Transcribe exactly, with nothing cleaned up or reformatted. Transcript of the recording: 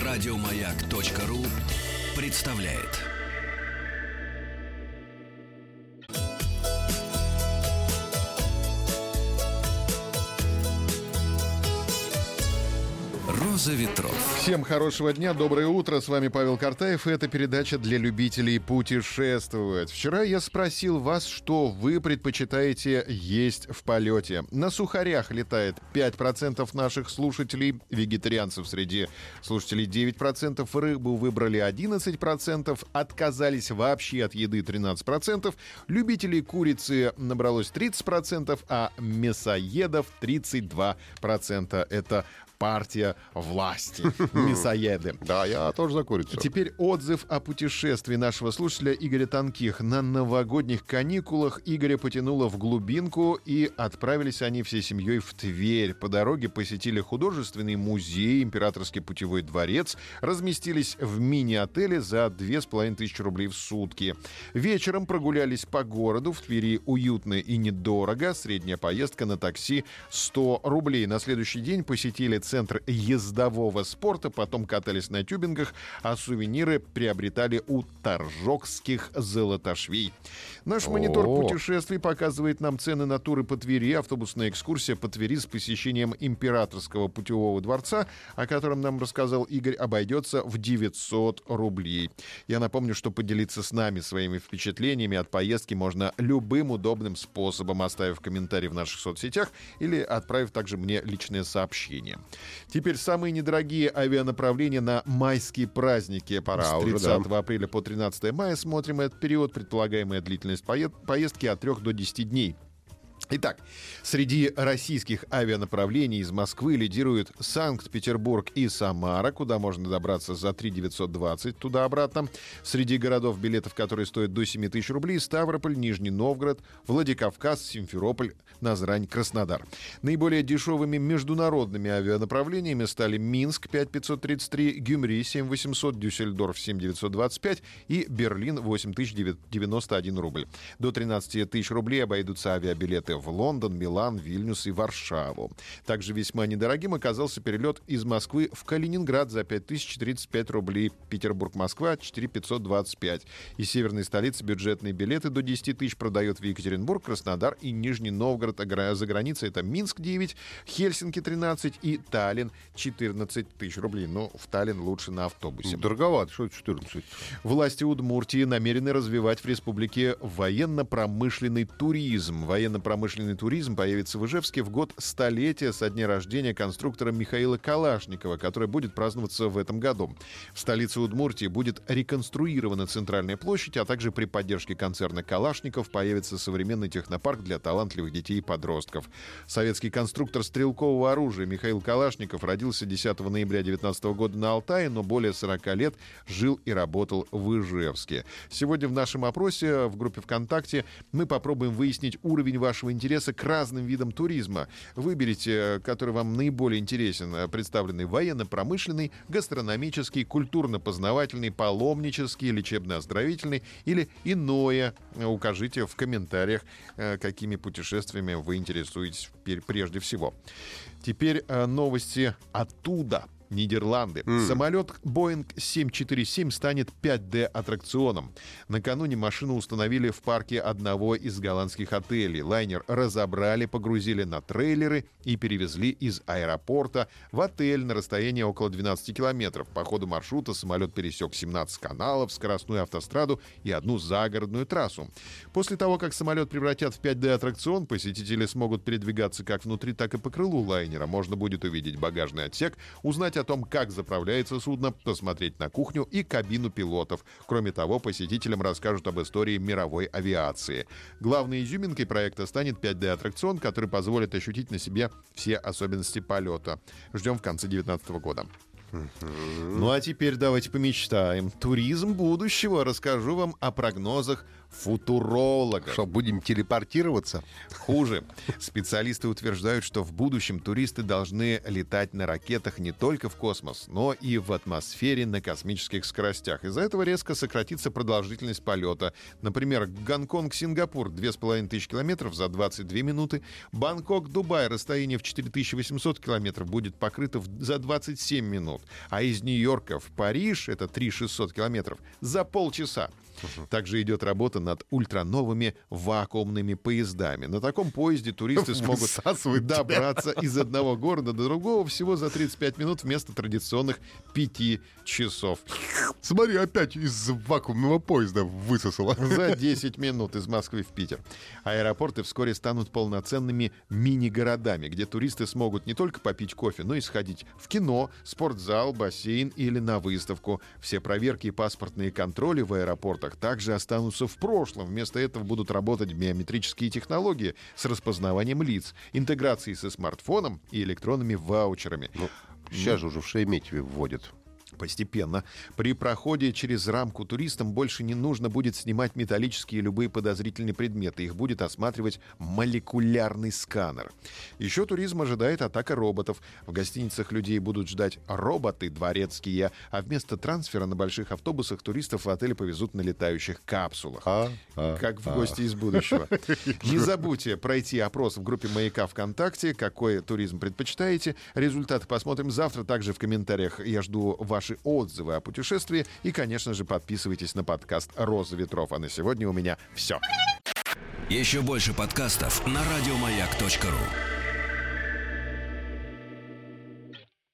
Радиомаяк.ру представляет. «Роза ветров». Всем хорошего дня, доброе утро. С вами Павел Картаев, и это передача для любителей путешествовать. Вчера я спросил вас, что вы предпочитаете есть в полете. На сухарях летает пять процентов наших слушателей, вегетарианцев среди слушателей девять процентов, рыбу выбрали одиннадцать процентов, отказались вообще от еды тринадцать процентов, любителей курицы набралось тридцать процентов, а мясоедов тридцать два процента. Это партия власти. Мясоеды. Да, я тоже за курицу. Теперь отзыв о путешествии нашего слушателя Игоря Тонких. На новогодних каникулах Игоря потянуло в глубинку, и отправились они всей семьей в Тверь. По дороге посетили художественный музей, Императорский путевой дворец, разместились в мини-отеле за две с половиной тысячи рублей в сутки. Вечером прогулялись по городу. В Твери уютно и недорого. Средняя поездка на такси сто рублей. На следующий день посетили центр ездового спорта, потом катались на тюбингах, а сувениры приобретали у торжокских золотошвей. Наш О-о-о. монитор путешествий показывает нам цены на туры по Твери. Автобусная экскурсия по Твери с посещением Императорского путевого дворца, о котором нам рассказал Игорь, обойдется в девятьсот рублей. Я напомню, что поделиться с нами своими впечатлениями от поездки можно любым удобным способом, оставив комментарий в наших соцсетях или отправив также мне личное сообщение. Теперь самые недорогие авианаправления на майские праздники. Пора с уже, тридцатого да. апреля по тринадцатое мая смотрим этот период. Предполагаемая длительность поездки от трёх до десяти дней. Итак, среди российских авианаправлений из Москвы лидируют Санкт-Петербург и Самара, куда можно добраться за три тысячи девятьсот двадцать туда-обратно. Среди городов, билетов которые стоят до семь тысяч рублей: Ставрополь, Нижний Новгород, Владикавказ, Симферополь, Назрань, Краснодар. Наиболее дешевыми международными авианаправлениями стали Минск пять тысяч пятьсот тридцать три, Гюмри семь тысяч восемьсот, Дюссельдорф семь тысяч девятьсот двадцать пять и Берлин восемь тысяч девяносто один рубль. До тринадцати тысяч рублей обойдутся авиабилеты в Лондон, Милан, Вильнюс и Варшаву. Также весьма недорогим оказался перелет из Москвы в Калининград за пять тысяч тридцать пять рублей. Петербург-Москва четыре тысячи пятьсот двадцать пять. Из северной столицы бюджетные билеты до десяти тысяч продает в Екатеринбург, Краснодар и Нижний Новгород. А за границей это Минск девять, Хельсинки тринадцать и Таллин четырнадцать тысяч рублей. Но в Таллин лучше на автобусе. Дороговато, что это четырнадцать? Власти Удмуртии намерены развивать в республике военно-промышленный туризм. Военно-промышленный туризм появится в Ижевске в год столетия со дня рождения конструктора Михаила Калашникова, который будет праздноваться в этом году. В столице Удмуртии будет реконструирована центральная площадь, а также при поддержке концерна «Калашников» появится современный технопарк для талантливых детей и подростков. Советский конструктор стрелкового оружия Михаил Калашников родился десятого ноября девятнадцатого года на Алтае, но более сорока лет жил и работал в Ижевске. Сегодня в нашем опросе в группе ВКонтакте мы попробуем выяснить уровень вашего интереса к разным видам туризма. Выберите, который вам наиболее интересен. Представленный военно-промышленный, гастрономический, культурно-познавательный, паломнический, лечебно-оздоровительный или иное. Укажите в комментариях, какими путешествиями вы интересуетесь прежде всего. Теперь новости оттуда. Нидерланды. Mm. Самолет Boeing семь четыре семь станет пять дэ аттракционом. Накануне машину установили в парке одного из голландских отелей. Лайнер разобрали, погрузили на трейлеры и перевезли из аэропорта в отель на расстоянии около двенадцати километров. По ходу маршрута самолет пересек семнадцать каналов, скоростную автостраду и одну загородную трассу. После того, как самолет превратят в пять дэ аттракцион, посетители смогут передвигаться как внутри, так и по крылу лайнера. Можно будет увидеть багажный отсек, узнать о том, как заправляется судно, посмотреть на кухню и кабину пилотов. Кроме того, посетителям расскажут об истории мировой авиации. Главной изюминкой проекта станет пять дэ аттракцион, который позволит ощутить на себе все особенности полета. Ждем в конце две тысячи девятнадцатого года. Ну а теперь давайте помечтаем. Туризм будущего. Расскажу вам о прогнозах футурологов. Что, будем телепортироваться? Хуже. Специалисты утверждают, что в будущем туристы должны летать на ракетах не только в космос, но и в атмосфере на космических скоростях. Из-за этого резко сократится продолжительность полета. Например, Гонконг-Сингапур две с половиной тысячи километров за двадцать две минуты. Бангкок-Дубай расстояние в четыре тысячи восемьсот километров будет покрыто в- за двадцать семь минут. А из Нью-Йорка в Париж, это три тысячи шестьсот километров, за полчаса. Также идет работа над ультрановыми вакуумными поездами. На таком поезде туристы смогут Высасывает тебя. добраться из одного города до другого всего за тридцать пять минут вместо традиционных пяти часов. Смотри, опять из вакуумного поезда высосало. За десять минут из Москвы в Питер. Аэропорты вскоре станут полноценными мини-городами, где туристы смогут не только попить кофе, но и сходить в кино, спортзал, бассейн или на выставку. Все проверки и паспортные контроли в аэропортах также останутся в прошлом. Вместо этого будут работать биометрические технологии с распознаванием лиц, интеграцией со смартфоном и электронными ваучерами. Ну, сейчас же уже в Шереметьеве вводят. Постепенно. При проходе через рамку туристам больше не нужно будет снимать металлические и любые подозрительные предметы. Их будет осматривать молекулярный сканер. Еще туризм ожидает атака роботов. В гостиницах людей будут ждать роботы дворецкие, а вместо трансфера на больших автобусах туристов в отеле повезут на летающих капсулах. А, а, Как в а. гости из будущего. Не забудьте пройти опрос в группе «Маяка» ВКонтакте. Какой туризм предпочитаете? Результаты посмотрим завтра. Также в комментариях я жду ваши отзывы о путешествии. И, конечно же, подписывайтесь на подкаст «Роза ветров». А на сегодня у меня все. Еще больше подкастов на радиомаяк точка ру.